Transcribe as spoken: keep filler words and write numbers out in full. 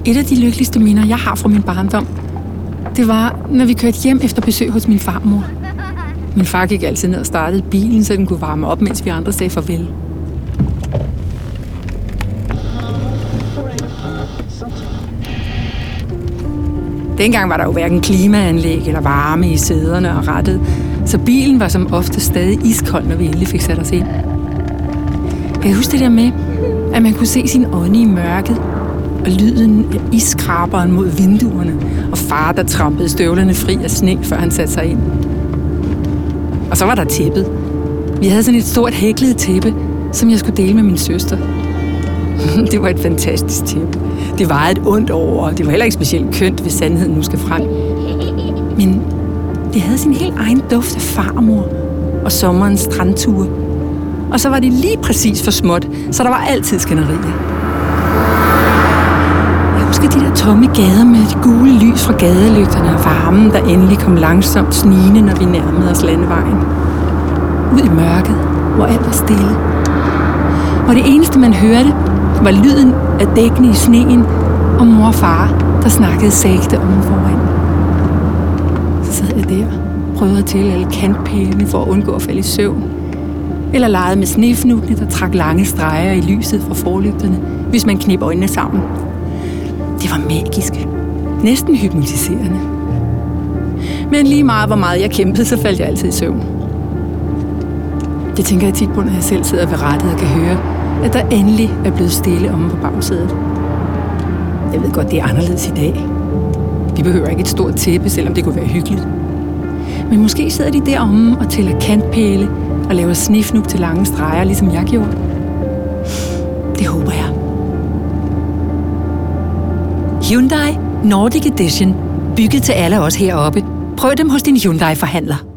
Et af de lykkeligste minder, jeg har fra min barndom, det var, når vi kørte hjem efter besøg hos min farmor. Min far gik altid ned og startede bilen, så den kunne varme op, mens vi andre sagde farvel. Dengang var der jo hverken klimaanlæg eller varme i sæderne og rattet, så bilen var som ofte stadig iskold, når vi endelig fik sat os ind. Jeg kan huske det der med, at man kunne se sin ånde i mørket, og lyden af isskraberen mod vinduerne, og far, der trampede støvlerne fri af sne, før han satte sig ind. Og så var der tæppet. Vi havde sådan et stort hæklet tæppe, som jeg skulle dele med min søster. Det var et fantastisk tæppe. Det var et ondt over, og det var heller ikke specielt kønt, hvis sandheden nu skal frem. Men det havde sin helt egen duft af farmor og sommerens strandture. Og så var det lige præcis for småt, så der var altid skænderier. Jeg husker de der tomme gader med de gule lys fra gadelygterne og varmen, der endelig kom langsomt snigende, når vi nærmede os landevejen. Ud i mørket, hvor alt var stille. Hvor det eneste, man hørte, var lyden af dækkene i sneen og mor og far, der snakkede sagte om foran. Så sad jeg der, prøvede at tælle alle kantpælene for at undgå at falde i søvn. Eller legede med snefnuttene, der trak lange streger i lyset fra forlygterne, hvis man knep øjnene sammen. Det var magisk. Næsten hypnotiserende. Men lige meget, hvor meget jeg kæmpede, så faldt jeg altid i søvn. Det tænker jeg tit på, når jeg selv sidder ved rattet og kan høre, at der endelig er blevet stille omme på bagsædet. Jeg ved godt, det er anderledes i dag. Vi behøver ikke et stort tæppe, selvom det kunne være hyggeligt. Men måske sidder de deromme og tæller kantpæle og laver snifnuk til lange streger, ligesom jeg gjorde. Det håber jeg. Hyundai Nordic Edition. Bygget til alle os heroppe. Prøv dem hos din Hyundai-forhandler.